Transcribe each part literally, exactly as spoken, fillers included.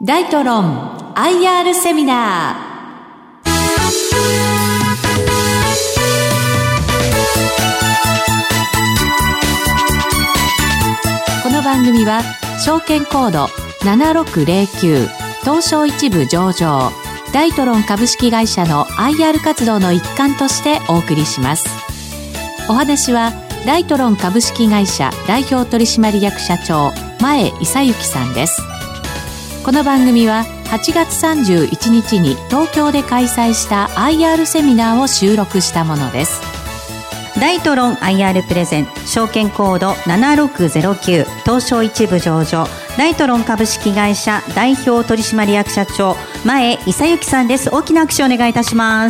大トロン アイアール セミナー。この番組は証券コードななろくぜろきゅう東証一部上場大トロン株式会社の アイアール 活動の一環としてお送りします。お話は大トロン株式会社代表取締役社長前久幸さんです。この番組ははちがつさんじゅういちにちに東京で開催した アイアール セミナーを収録したものです。 大トロン アイアール プレゼン証券コードななろくぜろきゅう東証一部上場大トロン株式会社代表取締役社長前久幸さんです。大きな拍手をお願いいたします。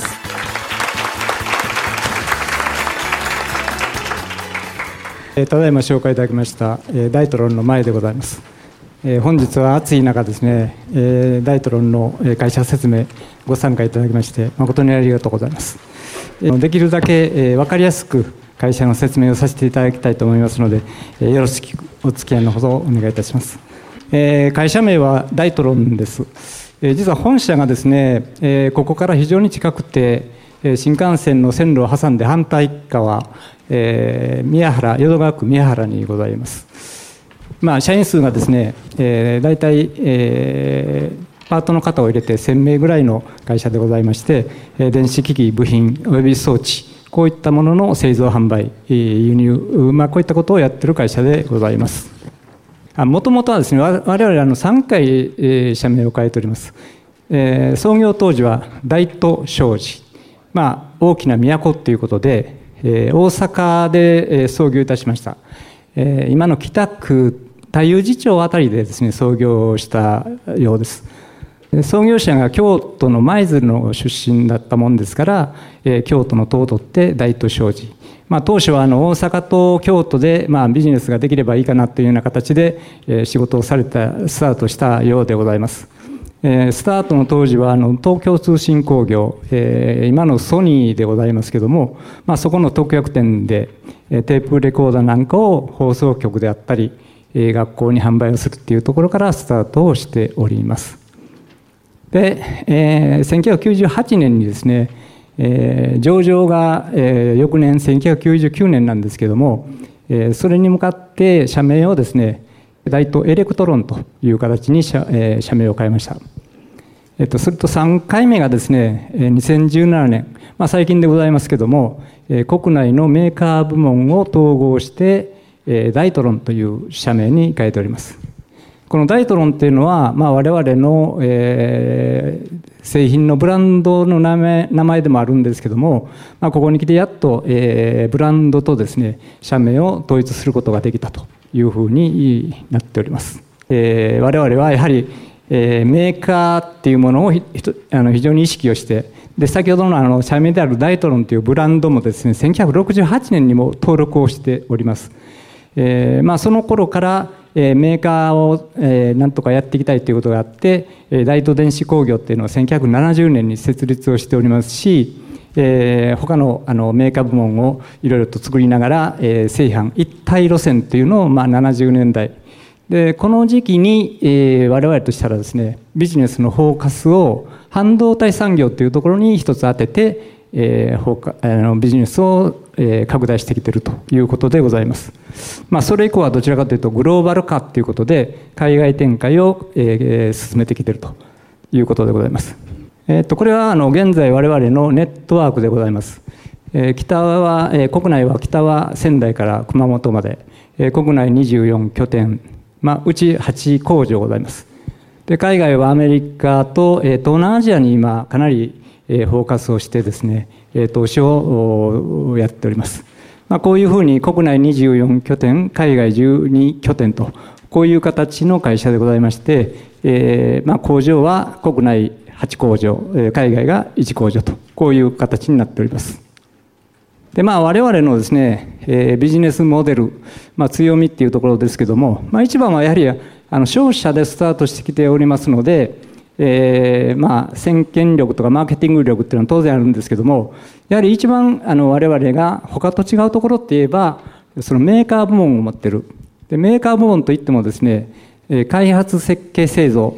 ただいま紹介いただきました大トロンの前でございます。本日は暑い中ですね、大トロンの会社説明ご参加いただきまして誠にありがとうございます。できるだけ分かりやすく会社の説明をさせていただきたいと思いますので、よろしくお付き合いのほどお願いいたします。会社名は大トロンです。実は本社がですね、ここから非常に近くて新幹線の線路を挟んで反対側、宮原淀川区宮原にございます。まあ、社員数がですね、えー、大体、えー、パートの方を入れてせんめいぐらいの会社でございまして、えー、電子機器部品および装置こういったものの製造販売輸入、まあ、こういったことをやっている会社でございます。もともとはですね我々あのさんかい、えー、社名を変えております。えー、創業当時は大都商事、まあ、大きな都ということで、えー、大阪で、えー、創業いたしました。えー、今の北区太夫寺町あたりでですね創業したようです。創業者が京都の舞鶴の出身だったもんですから、えー、京都の都を取って大都商事、まあ、当初はあの大阪と京都で、まあ、ビジネスができればいいかなというような形で、えー、仕事をされたスタートしたようでございます。えー、スタートの当時はあの東京通信工業、えー、今のソニーでございますけども、まあ、そこの特約店でテープレコーダーなんかを放送局であったり学校に販売をするっていうところからスタートをしております。で、えー、せんきゅうひゃくきゅうじゅうはちねんにですね、えー、上場が、えー、翌年せんきゅうひゃくきゅうじゅうきゅうねんなんですけども、えー、それに向かって社名をですね大東エレクトロンという形に社、えー、社名を変えました。えっと、それとさんかいめがですねにせんじゅうななねん、まあ、最近でございますけども、えー、国内のメーカー部門を統合して、えー、大トロンという社名に変えております。この大トロンというのは、まあ、我々の、えー、製品のブランドの名前、名前でもあるんですけども、まあ、ここに来てやっと、えー、ブランドとですね社名を統一することができたというふうになっております。えー、我々はやはりえー、メーカーっていうものをひあの非常に意識をして、で先ほどのあの社名である大トロンというブランドもですねせんきゅうひゃくろくじゅうはちねんにも登録をしております。えーまあ、その頃から、えー、メーカーを、えー、なんとかやっていきたいということがあって、えー、大東電子工業っていうのをせんきゅうひゃくななじゅうねんに設立をしておりますし、えー、他のあのメーカー部門をいろいろと作りながら、えー、製販一体路線というのを、まあ、ななじゅうねんだいでこの時期に、えー、我々としたらですねビジネスのフォーカスを半導体産業というところに一つ当てて、えー、フォーカあのビジネスを、えー、拡大してきているということでございます。まあ、それ以降はどちらかというとグローバル化ということで海外展開を、えー、進めてきているということでございます。えー、とこれはあの現在我々のネットワークでございます。えー、北は、えー、国内は北は仙台から熊本まで、えー、国内にじゅうよんきょてん、まあ、うちはちこうじょうございます。で海外はアメリカと、えー、東南アジアに今かなり、えー、フォーカスをしてですね、えー、投資をやっております。まあ、こういうふうに国内にじゅうよんきょてん海外じゅうにきょてんとこういう形の会社でございまして、えーまあ、工場は国内はちこうじょう海外がいちこうじょうとこういう形になっております。でまあ、我々のですね、えー、ビジネスモデル、まあ、強みっていうところですけども、まあ、一番はやはりあの消費者でスタートしてきておりますので、えー、まあ先見力とかマーケティング力っていうのは当然あるんですけども、やはり一番あの我々が他と違うところって言えばそのメーカー部門を持っている。でメーカー部門といってもですね、開発設計製造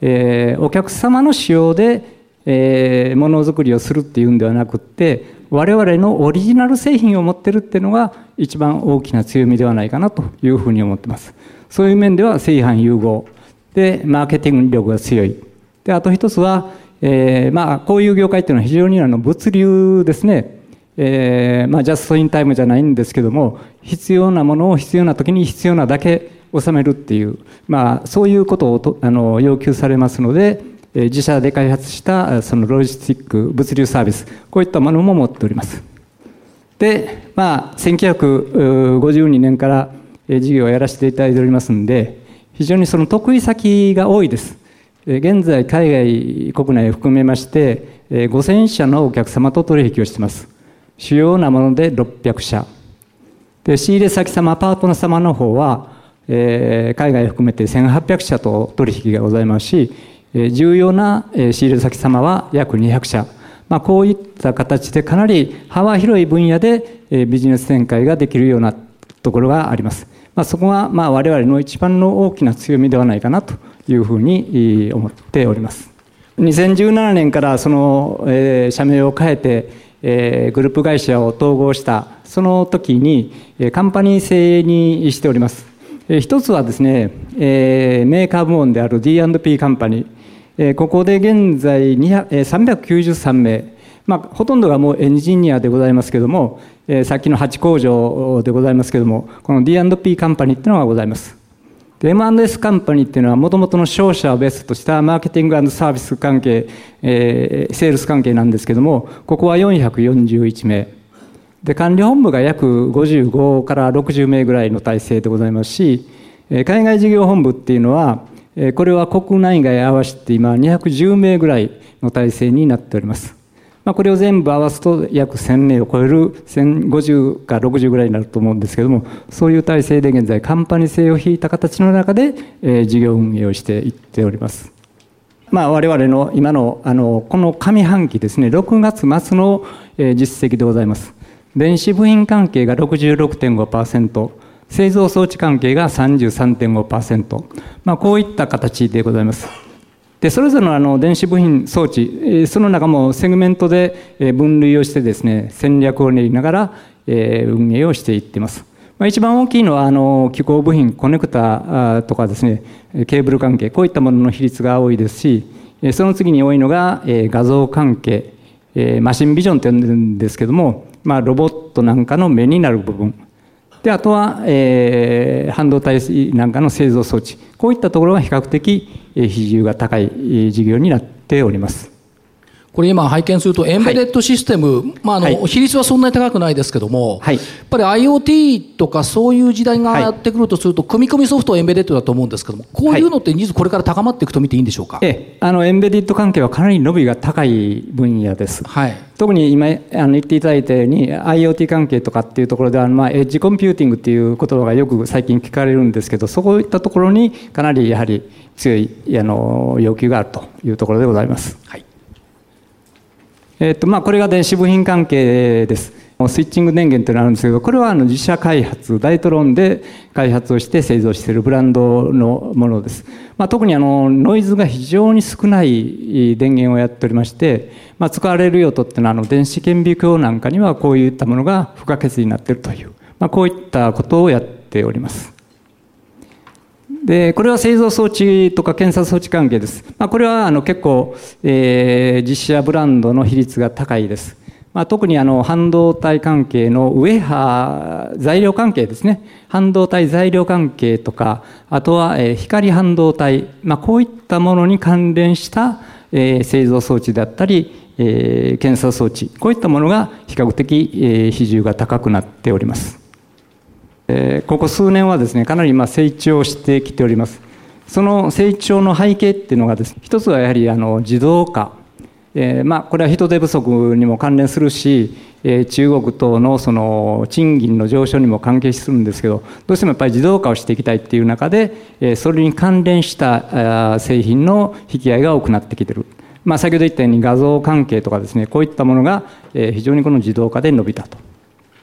えー、お客様の仕様で、えー、ものづくりをするっていうんではなくって我々のオリジナル製品を持ってるっていうのが一番大きな強みではないかなというふうに思ってます。そういう面では製品融合でマーケティング力が強い。であと一つは、えー、まあこういう業界っていうのは非常にあの物流ですね。えー、まあジャストインタイムじゃないんですけども、必要なものを必要な時に必要なだけ収めるっていう、まあそういうことをとあの要求されますので、えー、自社で開発したそのロジスティック物流サービス、こういったものも持っております。で、まあせんきゅうひゃくごじゅうにねんから事業をやらせていただいておりますんで、非常にその得意先が多いです。現在海外国内を含めましてごせんしゃのお客様と取引をしています。主要なものでろっぴゃくしゃで、仕入れ先様パートナー様の方は、えー、海外を含めてせんはっぴゃくしゃと取引がございますし、えー、重要な仕入れ先様は約にひゃくしゃ、まあ、こういった形でかなり幅広い分野で、えー、ビジネス展開ができるようなところがあります。まあ、そこがまあ我々の一番の大きな強みではないかなというふうに思っております。にせんじゅうななねんからその、えー、社名を変えてえー、グループ会社を統合したその時に、えー、カンパニー制にしております。えー、一つはですね、えー、メーカー部門である ディーアンドピー カンパニー、えー、ここで現在にひゃく、えー、さんびゃくきゅうじゅうさんめい、まあ、ほとんどがもうエンジニアでございますけれども、えー、さっきのはち工場でございますけれども、この ディーアンドピー カンパニーっていうのがございます。エムアンドエス カンパニーっていうのはもともとの商社をベースとしたマーケティング&サービス関係、えー、セールス関係なんですけども、ここはよんひゃくよんじゅういちめいで、管理本部が約ごじゅうごからろくじゅうめいぐらいの体制でございますし、海外事業本部っていうのはこれは国内外合わせて今にひゃくじゅうめいぐらいの体制になっております。まあ、これを全部合わすと約せんめいを超えるせんごじゅうかろくじゅうぐらいになると思うんですけども、そういう体制で現在カンパニー制を引いた形の中で、えー、事業運営をしていっております。まあ、我々の今のあのこの上半期ですね、ろくがつまつの、えー、実績でございます。電子部品関係が ろくじゅうろくてんごパーセント、製造装置関係が さんじゅうさんてんごパーセント、まあ、こういった形でございます。でそれぞれのあの電子部品装置、その中もセグメントで分類をしてですね、戦略を練りながら運営をしていっています。まあ、一番大きいのはあの機構部品、コネクタとかですね、ケーブル関係、こういったものの比率が多いですし、その次に多いのが画像関係、マシンビジョンと呼んでるんですけども、まあ、ロボットなんかの目になる部分で、あとは、えー、半導体なんかの製造装置、こういったところが比較的比重が高い事業になっております。 これ今拝見するとエンベデッドシステム、はい、まあ、あの、はい、比率はそんなに高くないですけども、はい、やっぱり IoT とかそういう時代がやってくるとすると、はい、組み込みソフトはエンベデッドだと思うんですけども、こういうのってニーズこれから高まっていくと見ていいんでしょうか。 ええ、あのエンベデッド関係はかなり伸びが高い分野です。はい、特に今あの言っていただいたように IoT 関係とかっていうところでは、まあ、エッジコンピューティングっていう言葉がよく最近聞かれるんですけど、そういったところにかなりやはり強いあの要求があるというところでございます。はい、えーとまあ、これが電子部品関係です。スイッチング電源というのがあるんですけど、これはあの自社開発、ダイトロンで開発をして製造しているブランドのものです。まあ、特にあのノイズが非常に少ない電源をやっておりまして、まあ、使われる用途っていうのはあの電子顕微鏡なんかにはこういったものが不可欠になっているという、まあ、こういったことをやっております。でこれは製造装置とか検査装置関係です。まあ、これはあの結構、えー、実写ブランドの比率が高いです。まあ、特にあの半導体関係のウェハー材料関係ですね、半導体材料関係とか、あとは、えー、光半導体、まあ、こういったものに関連した、えー、製造装置だったり、えー、検査装置、こういったものが比較的、えー、比重が高くなっております。ここ数年はですね、かなり今成長してきております。その成長の背景っていうのがですね、一つはやはりあの自動化、えー、まあこれは人手不足にも関連するし、えー、中国等のその賃金の上昇にも関係するんですけど、どうしてもやっぱり自動化をしていきたいっていう中で、えー、それに関連した製品の引き合いが多くなってきている。まあ、先ほど言ったように画像関係とかですね、こういったものが非常にこの自動化で伸びたと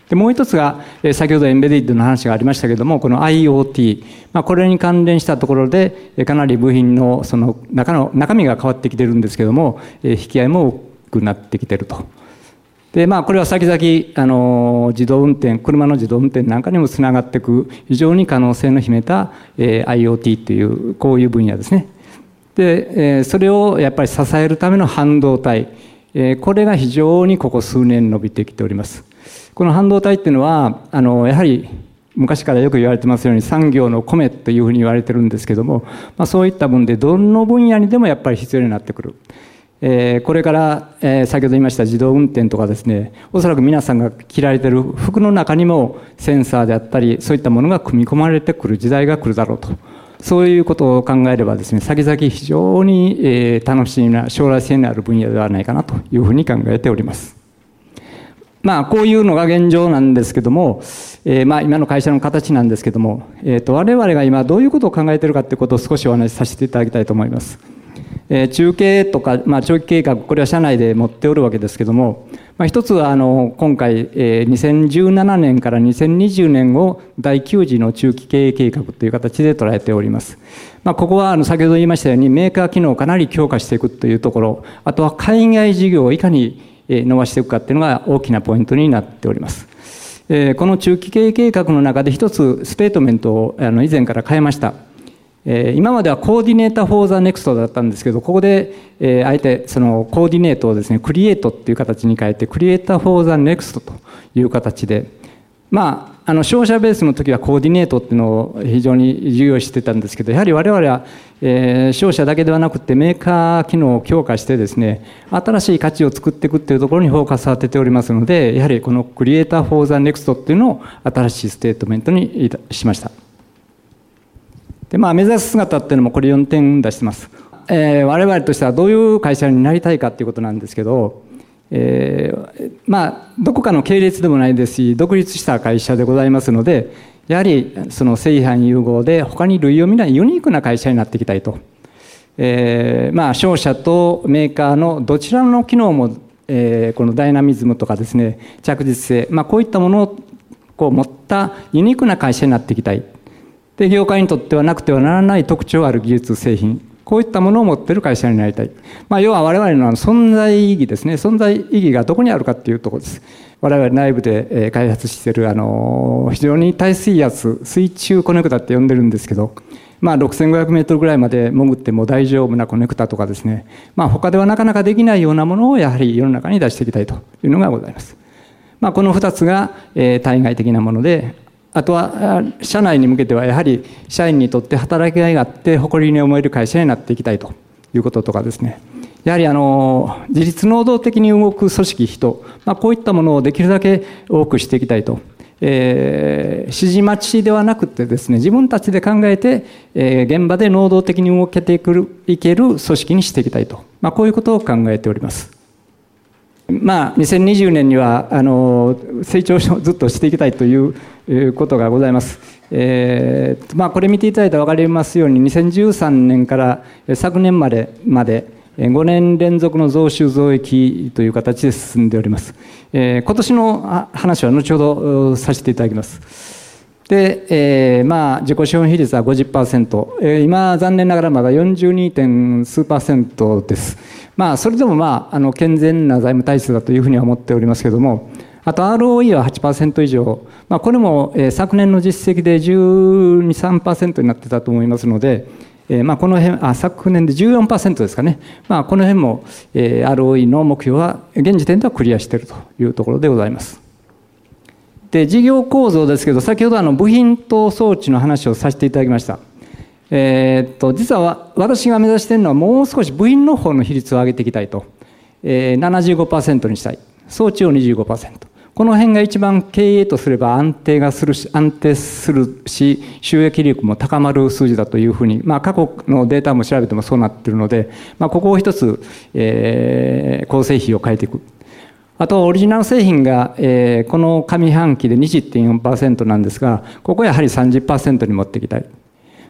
でもう一つが、えー、先ほどエンベディッドの話がありましたけれども、この アイオーティー、まあ、これに関連したところで、えー、かなり部品のその中の中身が変わってきてるんですけれども、えー、引き合いも多くなってきてると。でまあ、これは先々、あの自動運転、車の自動運転なんかにもつながっていく非常に可能性の秘めた、えー、アイオーティー というこういう分野ですね。で、えー、それをやっぱり支えるための半導体、えー、これが非常にここ数年伸びてきております。この半導体っていうのはあのやはり昔からよく言われてますように産業の米というふうに言われてるんですけども、まあ、そういった分でどの分野にでもやっぱり必要になってくる。えー、これから、えー、先ほど言いました自動運転とかですね、おそらく皆さんが着られている服の中にもセンサーであったりそういったものが組み込まれてくる時代が来るだろうと、そういうことを考えればですね、先々非常に、えー、楽しみな将来性のある分野ではないかなというふうに考えております。まあこういうのが現状なんですけども、えー、まあ今の会社の形なんですけども、えー、と我々が今どういうことを考えているかということを少しお話しさせていただきたいと思います。えー、中継とか、まあ、長期計画、これは社内で持っておるわけですけども、まあ、一つはあの今回、えー、にせんじゅうななねんからにせんにじゅうねんをだいきゅう次の中期経営計画という形で捉えております。まあ、ここはあの先ほど言いましたようにメーカー機能をかなり強化していくというところ、あとは海外事業をいかに伸ばしていくかというのが大きなポイントになっております。えー、この中期経営計画の中で一つステートメントをあの以前から変えました。今まではコーディネーター・フォー・ザ・ネクストだったんですけど、ここで、えー、あえてそのコーディネートをですね、クリエイトっていう形に変えて、クリエイター・フォー・ザ・ネクストという形で、まあ、あの商社ベースの時はコーディネートっていうのを非常に重要視してたんですけど、やはり我々は、えー、商社だけではなくてメーカー機能を強化してですね、新しい価値を作っていくっていうところにフォーカスを当てておりますので、やはりこのクリエイター・フォー・ザ・ネクストっていうのを新しいステートメントにしました。でまあ、目指す姿っていうのもこれよんてん出してます。えー、我々としてはどういう会社になりたいかっていうことなんですけど、えー、まあどこかの系列でもないですし、独立した会社でございますので、やはりその正反融合で他に類を見ないユニークな会社になっていきたいと。えー、まあ商社とメーカーのどちらの機能も、えー、このダイナミズムとかですね、着実性、まあこういったものをこう持ったユニークな会社になっていきたい。で業界にとってはなくてはならない特徴ある技術製品、こういったものを持っている会社になりたい。まあ、要は我々の存在意義ですね。存在意義がどこにあるかっていうところです。我々内部で開発しているあの非常に耐水圧水中コネクタって呼んでるんですけど、まあ、ろくせんごひゃくメートルぐらいまで潜っても大丈夫なコネクタとかですね、まあ、他ではなかなかできないようなものをやはり世の中に出していきたいというのがございます。まあ、このふたつが対外的なもので、あとは社内に向けてはやはり社員にとって働きがいがあって誇りに思える会社になっていきたいということとかですね、やはりあの自律能動的に動く組織人、まあ、こういったものをできるだけ多くしていきたいと、えー、指示待ちではなくてですね、自分たちで考えて、えー、現場で能動的に動けていくいける組織にしていきたいと、まあ、こういうことを考えております。まあ、にせんにじゅうねんにはあの成長をずっとしていきたいということがございます。えーまあ、これ見ていただいたら分かりますように、にせんじゅうさんねんから昨年までまでごねん連続の増収増益という形で進んでおります。えー、今年の話は後ほどさせていただきます。で、えー、まあ自己資本比率は ごじゅっパーセント、えー、今残念ながらまだ よんじゅうにてんすうパーセントです。まあそれでもまああの健全な財務体質だというふうには思っておりますけれども、あと アールオーイー は はちパーセント 以上、まあ、これも、えー、昨年の実績で じゅうに、さんパーセント になってたと思いますので、えー、まあこの辺あ昨年で じゅうよんパーセント ですかね、まあ、この辺も、えー、アールオーイー の目標は現時点ではクリアしているというところでございます。で事業構造ですけど、先ほどあの部品と装置の話をさせていただきました。えー、っと実は私が目指しているのはもう少し部品の方の比率を上げていきたいと、えー、ななじゅうごパーセント にしたい、装置を にじゅうごパーセント、この辺が一番経営とすれば安定がするし安定するし収益力も高まる数字だというふうに、まあ、過去のデータも調べてもそうなっているので、まあ、ここを一つ、えー、構成比を変えていく。あとオリジナル製品が、えー、この上半期で にじゅってんよんパーセント なんですが、ここはやはり さんじゅっパーセント に持っていきたい。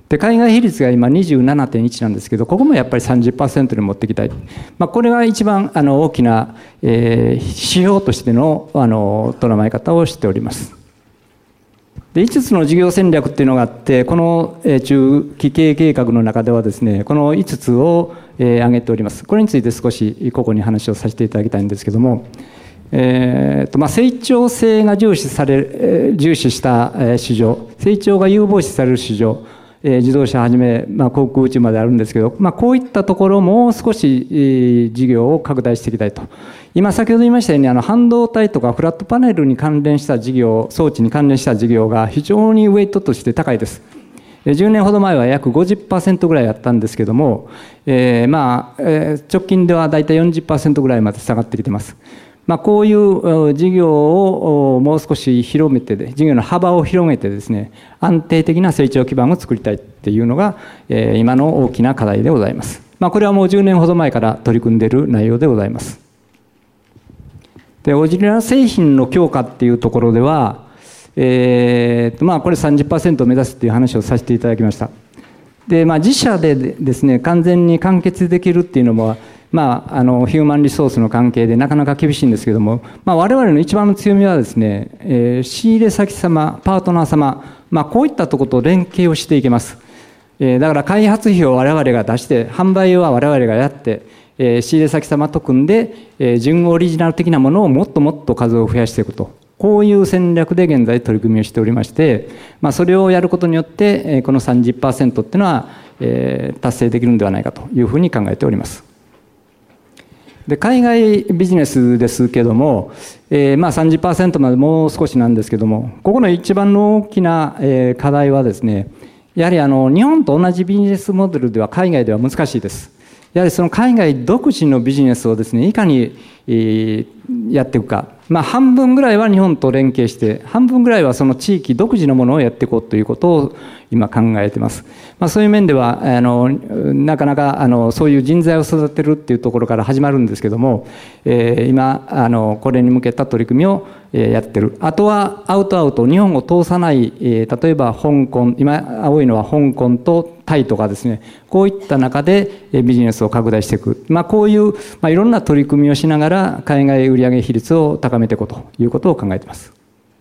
で海外比率が今 にじゅうななてんいち なんですけど、ここもやっぱり さんじゅっパーセント に持っていきたい、まあ、これが一番あの大きな、えー、指標としてのあの捉え方をしております。でいつつの事業戦略っていうのがあって、この中期経営計画の中ではですね、このいつつを挙げております。これについて少しここに話をさせていただきたいんですけども、えーとまあ、成長性が重視され重視した市場、成長が有望視される市場、自動車はじめ、まあ、航空宇宙まであるんですけど、まあ、こういったところも少し事業を拡大していきたいと。今先ほど言いましたように、あの半導体とかフラットパネルに関連した事業、装置に関連した事業が非常にウェイトとして高いです。じゅうねんほど前は約 ごじゅっパーセント ぐらいあったんですけども、えーまあえー、直近ではだいたい よんじゅっパーセント ぐらいまで下がってきています。まあ、こういう事業をもう少し広めて、事業の幅を広げてですね、安定的な成長基盤を作りたいっていうのが、えー、今の大きな課題でございます。まあ、これはもうじゅうねんほど前から取り組んでいる内容でございます。で、オリジナル製品の強化っていうところでは、えーとまあ、これ さんじゅっパーセント を目指すっていう話をさせていただきました。で、まあ、自社でですね、完全に完結できるっていうのも、まあ、あのヒューマンリソースの関係でなかなか厳しいんですけども、まあ、我々の一番の強みはですね、えー、仕入れ先様、パートナー様、まあ、こういったところと連携をしていけます。えー、だから開発費を我々が出して、販売は我々がやって、えー、仕入れ先様と組んで、えー、純オリジナル的なものをもっともっと数を増やしていくと。こういう戦略で現在取り組みをしておりまして、まあ、それをやることによって、えー、この さんじゅっパーセント っていうのは、えー、達成できるのではないかというふうに考えております。で海外ビジネスですけども、えーまあ、さんじゅっパーセント までもう少しなんですけども、ここの一番の大きな、えー、課題はですね、やはりあの日本と同じビジネスモデルでは海外では難しいです。やはりその海外独自のビジネスをですね、いかに、えー、やっていくか、まあ、半分ぐらいは日本と連携して、半分ぐらいはその地域独自のものをやっていこうということを今考えています。まあ、そういう面ではあのなかなかあのそういう人材を育てるっていうところから始まるんですけども、えー、今あのこれに向けた取り組みをやってる。あとはアウトアウト日本を通さない、えー、例えば香港、今多いのは香港とタイとかですね、こういった中でビジネスを拡大していく、まあ、こういう、まあ、いろんな取り組みをしながら海外売上比率を高めていこうということを考えています。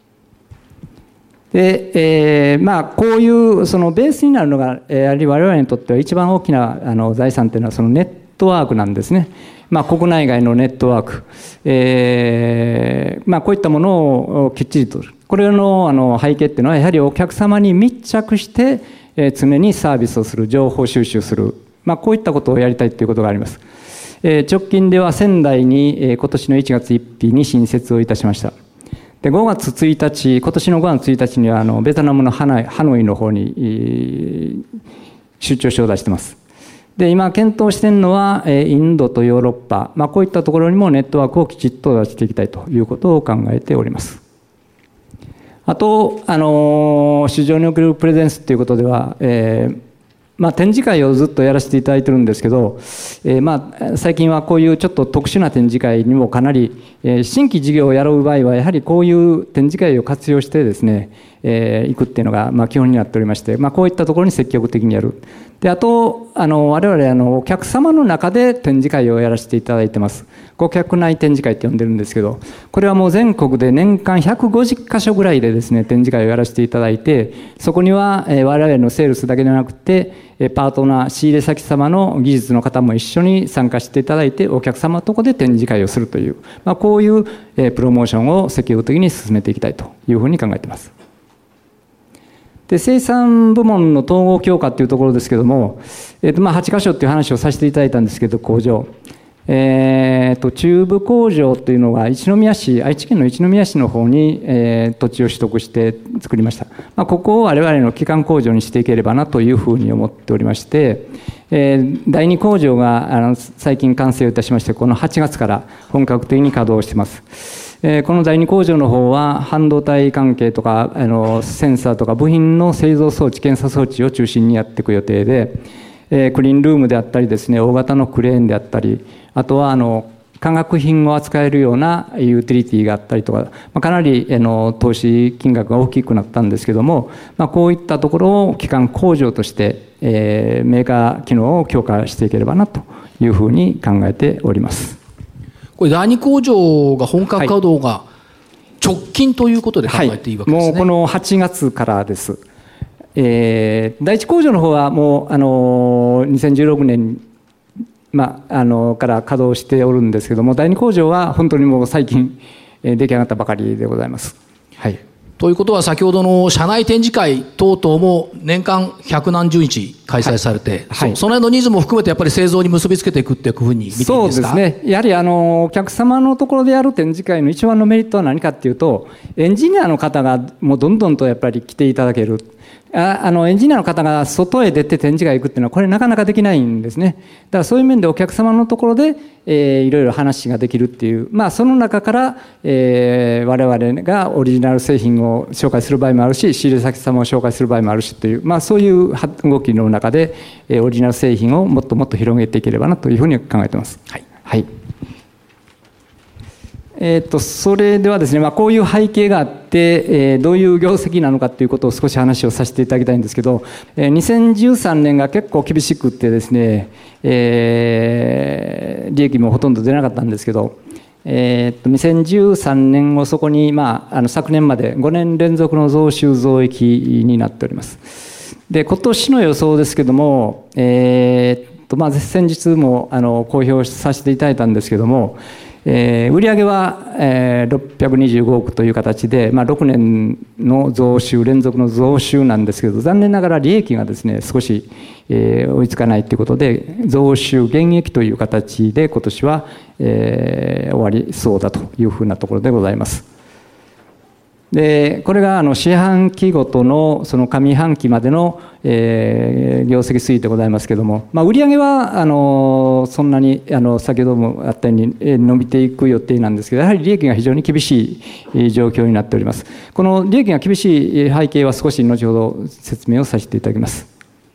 で、えー、まあこういうそのベースになるのが、やはり我々にとっては一番大きなあの財産というのはそのネットワークなんですね。まあ、国内外のネットワーク、えーまあ、こういったものをきっちりとる。これのあの背景っていうのはやはりお客様に密着して、えー、常にサービスをする、情報収集する、まあ、こういったことをやりたいということがあります。えー、直近では仙台に、えー、今年のいちがつついたちに新設をいたしました。でごがつついたち、今年のごがつついたちにはあのベトナムのハノイ、ハノイの方に、えー、出張所を出しています。で今検討しているのはインドとヨーロッパ、まあ、こういったところにもネットワークをきちっと出していきたいということを考えております。あと、あの市場におけるプレゼンスということでは、えーまあ、展示会をずっとやらせていただいてるんですけど、えーまあ、最近はこういうちょっと特殊な展示会にもかなり、えー、新規事業をやろう場合はやはりこういう展示会を活用してですね、えー、行くっていうのがまあ基本になっておりまして、まあ、こういったところに積極的にやる。であとあの我々あのお客様の中で展示会をやらせていただいてます。顧客内展示会って呼んでるんですけど、これはもう全国で年間ひゃくごじゅっかしょぐらいでですね展示会をやらせていただいて、そこには、えー、我々のセールスだけではなくてパートナー、仕入れ先様の技術の方も一緒に参加していただいて、お客様のところで展示会をするという、まあ、こういうプロモーションを積極的に進めていきたいというふうに考えています。で生産部門の統合強化というところですけども、えーとまあ、はちかしょという話をさせていただいたんですけど、工場、えー、と中部工場というのが一宮市、愛知県の一宮市の方に、えー、土地を取得して作りました。まあ、ここを我々の基幹工場にしていければなというふうに思っておりまして、えー、だいに工場があの最近完成いたしまして、このはちがつから本格的に稼働しています。えー、このだいに工場の方は半導体関係とかあのセンサーとか部品の製造装置、検査装置を中心にやっていく予定で、えー、クリーンルームであったりですね、大型のクレーンであったり、あとはあの化学品を扱えるようなユーティリティがあったりとか、まあ、かなりあの投資金額が大きくなったんですけども、まあ、こういったところを基幹工場として、えー、メーカー機能を強化していければなというふうに考えております。 これだいに工場が本格稼働が直近ということで考えていいわけですね。 はい、もうこのはちがつからです。えー、だいいち工場の方はもうあのにせんじゅうろくねんまあ、あのから稼働しておるんですけども、だいに工場は本当にもう最近出来上がったばかりでございます。はい、 ということは先ほどの社内展示会等々も年間百何十日開催されて、はいはい、そ, その辺のニーズも含めてやっぱり製造に結びつけていくっていうふうに見ていいですか？ そうですね。やはりあのお客様のところでやる展示会の一番のメリットは何かっていうと、エンジニアの方がもうどんどんとやっぱり来ていただける。ああのエンジニアの方が外へ出て展示会行くっていうのはこれなかなかできないんですね。だからそういう面でお客様のところで、えー、いろいろ話ができるっていう、まあ、その中から、えー、我々がオリジナル製品を紹介する場合もあるし、仕入れ先様を紹介する場合もあるしという、まあ、そういう動きの中で、えー、オリジナル製品をもっともっと広げていければなというふうに考えています。はい、はい。えー、とそれではですね、まあ、こういう背景があって、えー、どういう業績なのかということを少し話をさせていただきたいんですけど、えー、にせんじゅうさんねんが結構厳しくってですね、えー、利益もほとんど出なかったんですけど、えー、とにせんじゅうさんねんをそこに、まあ、あの昨年までごねん連続の増収増益になっております。で今年の予想ですけども、えーとまあ、先日もあの公表させていただいたんですけども、えー、売上は、えー、ろっぴゃくにじゅうごおくという形で、まあ、ろくねんの増収連続の増収なんですけど、残念ながら利益がですね少し、えー、追いつかないということで増収減益という形で今年は、えー、終わりそうだというふうなところでございます。でこれがあの四半期ごとのその上半期までの、えー、業績推移でございますけれども、まあ、売上はあのそんなにあの先ほどもあったように伸びていく予定なんですけど、やはり利益が非常に厳しい状況になっております。この利益が厳しい背景は少し後ほど説明をさせていただきます。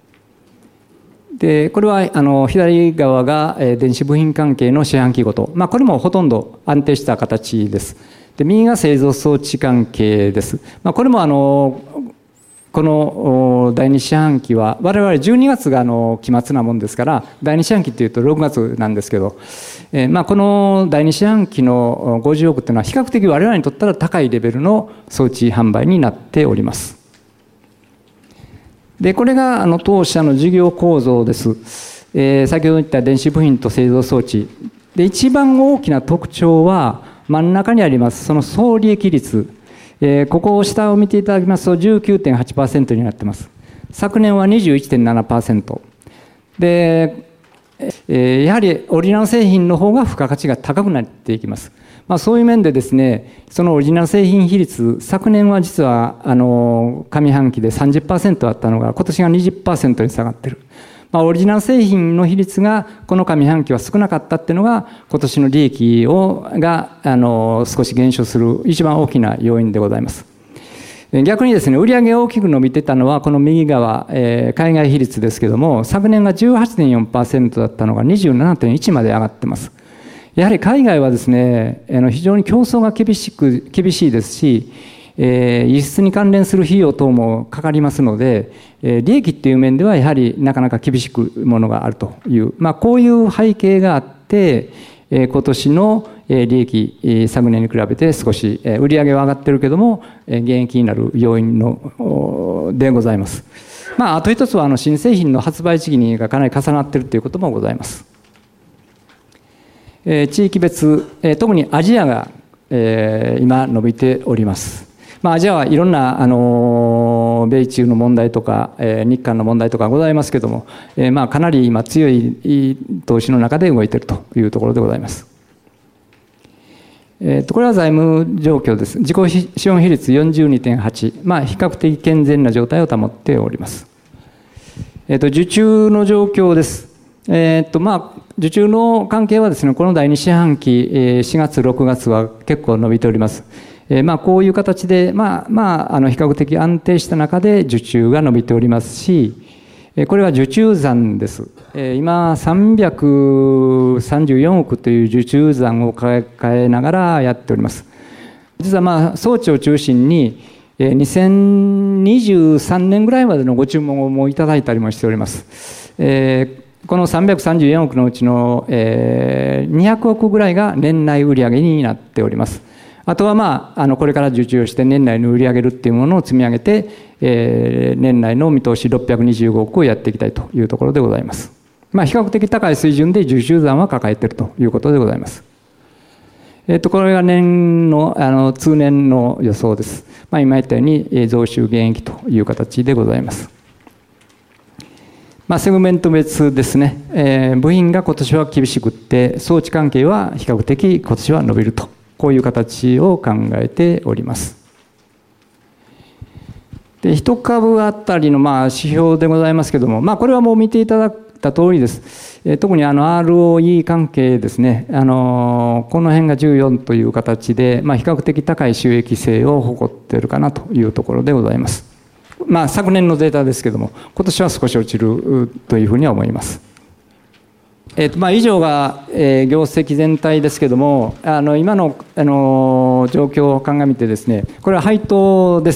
でこれはあの左側が電子部品関係の四半期ごと、まあ、これもほとんど安定した形です。で右が製造装置関係です。まあ、これもあのこのだいに四半期は我々じゅうにがつがあの期末なもんですから、だいに四半期っていうとろくがつなんですけど、えー、まあこのだいに四半期のごじゅうおくっていうのは比較的我々にとったら高いレベルの装置販売になっております。でこれがあの当社の事業構造です。えー、先ほど言った電子部品と製造装置で一番大きな特徴は真ん中にありますその総利益率、えー、ここを下を見ていただきますと じゅうきゅうてんはちパーセント になっています。昨年は にじゅういちてんななパーセント で、えー、やはりオリジナル製品の方が付加価値が高くなっていきます。まあ、そういう面でですね、そのオリジナル製品比率、昨年は実はあの上半期で さんじゅっパーセント あったのが今年が にじゅっパーセント に下がっている。まあ、オリジナル製品の比率がこの上半期は少なかったっていうのが今年の利益をがあの少し減少する一番大きな要因でございます。逆にですね、売上が大きく伸びてたのはこの右側、えー、海外比率ですけども、昨年が じゅうはちてんよんパーセント だったのが にじゅうななてんいち まで上がってます。やはり海外はですね、あの非常に競争が厳しく厳しいですし、えー、輸出に関連する費用等もかかりますので、えー、利益っていう面ではやはりなかなか厳しくものがあるという、まあ、こういう背景があって、えー、今年の利益、えー、昨年に比べて少し、えー、売上は上がってるけども、えー、減益になる要因のでございます。まあ、あと一つはあの新製品の発売時期がかなり重なっているということもございます。えー、地域別、えー、特にアジアが、えー、今伸びております。まあ、アジアはいろんな、あの米中の問題とか、えー、日韓の問題とかございますけども、えー、まあかなり今強い投資の中で動いているというところでございます。えー、とこれは財務状況です。自己資本比率 よんじゅうにてんはち、まあ、比較的健全な状態を保っております。えー、と受注の状況です。えーとまあ、受注の関係はですね、このだいに四半期、えー、しがつろくがつは結構伸びております。えーまあ、こういう形で、まあまあ、あの比較的安定した中で受注が伸びておりますし、 これは受注残です。今さんびゃくさんじゅうよんおくという受注残を抱えながらやっております。実はまあ装置を中心ににせんにじゅうさんねんぐらいまでのご注文をもういただいたりもしております。このさんびゃくさんじゅうよんおくのうちのにひゃくおくぐらいが年内売上になっております。あとはまあ、あのこれから受注をして年内に売り上げるっていうものを積み上げて、えー、年内の見通しろっぴゃくにじゅうごおくをやっていきたいというところでございます。まあ、比較的高い水準で受注残は抱えているということでございます。えっと、これが年の、あの通年の予想です。まあ、今言ったように増収減益という形でございます。まあ、セグメント別ですね、えー、部品が今年は厳しくって装置関係は比較的今年は伸びると、こういう形を考えております。で、一株あたりのまあ指標でございますけども、まあ、これはもう見ていただいた通りです。えー、特にあの アールオーイー 関係ですね、あのー、この辺がじゅうよんという形で、まあ、比較的高い収益性を誇っているかなというところでございます。まあ、昨年のデータですけども、今年は少し落ちるというふうには思います。えーとまあ、以上が、えー、業績全体ですけども、あの今の、あのー、状況を鑑みてですね、これは配当です。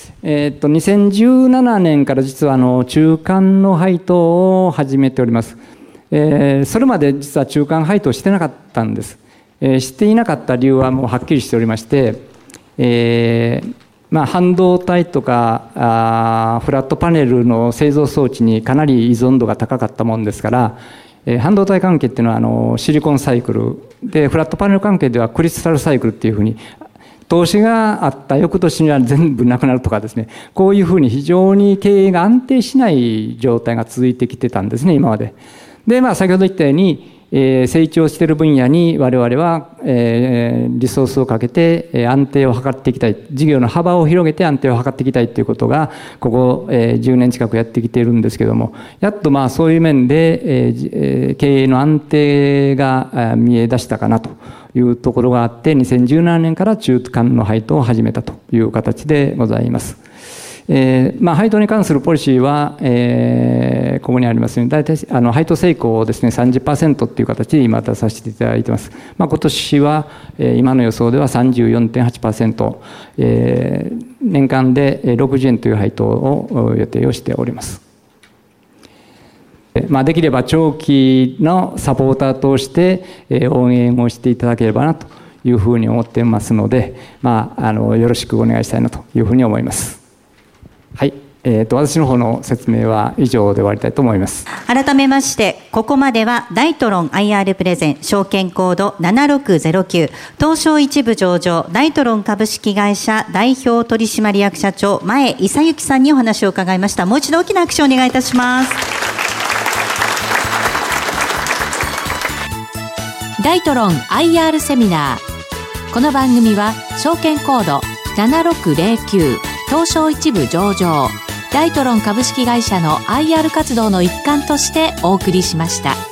えーとにせんじゅうななねんから実はあの中間の配当を始めております。えー、それまで実は中間配当してなかったんです。えー、していなかった理由はもうはっきりしておりまして、えーまあ、半導体とかあフラットパネルの製造装置にかなり依存度が高かったもんですから、半導体関係っていうのはあのシリコンサイクルで、フラットパネル関係ではクリスタルサイクルっていうふうに、投資があった翌年には全部なくなるとかですね、こういうふうに非常に経営が安定しない状態が続いてきてたんですね、今まで。で、まあ、先ほど言ったように、えー、成長している分野に我々は、えー、リソースをかけて、えー、安定を図っていきたい、事業の幅を広げて安定を図っていきたいということがここ、えー、じゅうねん近くやってきているんですけども、やっとまあそういう面で、えー、経営の安定が見え出したかなというところがあって、にせんじゅうななねんから中間の配当を始めたという形でございます。えーまあ、配当に関するポリシーは、えー、ここにありますように、大体あの配当成功をですね さんじゅっパーセント という形で今出させていただいています。まあ、今年は、えー、今の予想では さんじゅうよんてんはちパーセント、えー、年間でろくじゅうえんという配当を予定をしております。まあ、できれば長期のサポーターとして、えー、応援をしていただければなというふうに思っていますので、まあ、あのよろしくお願いしたいなというふうに思います。はい、えー、と私の方の説明は以上で終わりたいと思います。 改めましてここまではダイトロン アイアール プレゼン証券コードななろくゼロきゅう東証一部上場ダイトロン株式会社代表取締役社長前伊佐幸さんにお話を伺いました。もう一度大きな拍手をお願いいたします。 ダイトロン アイアール セミナー。この番組は証券コードななろくゼロきゅう東証一部上場ダイトロン株式会社の アイアール 活動の一環としてお送りしました。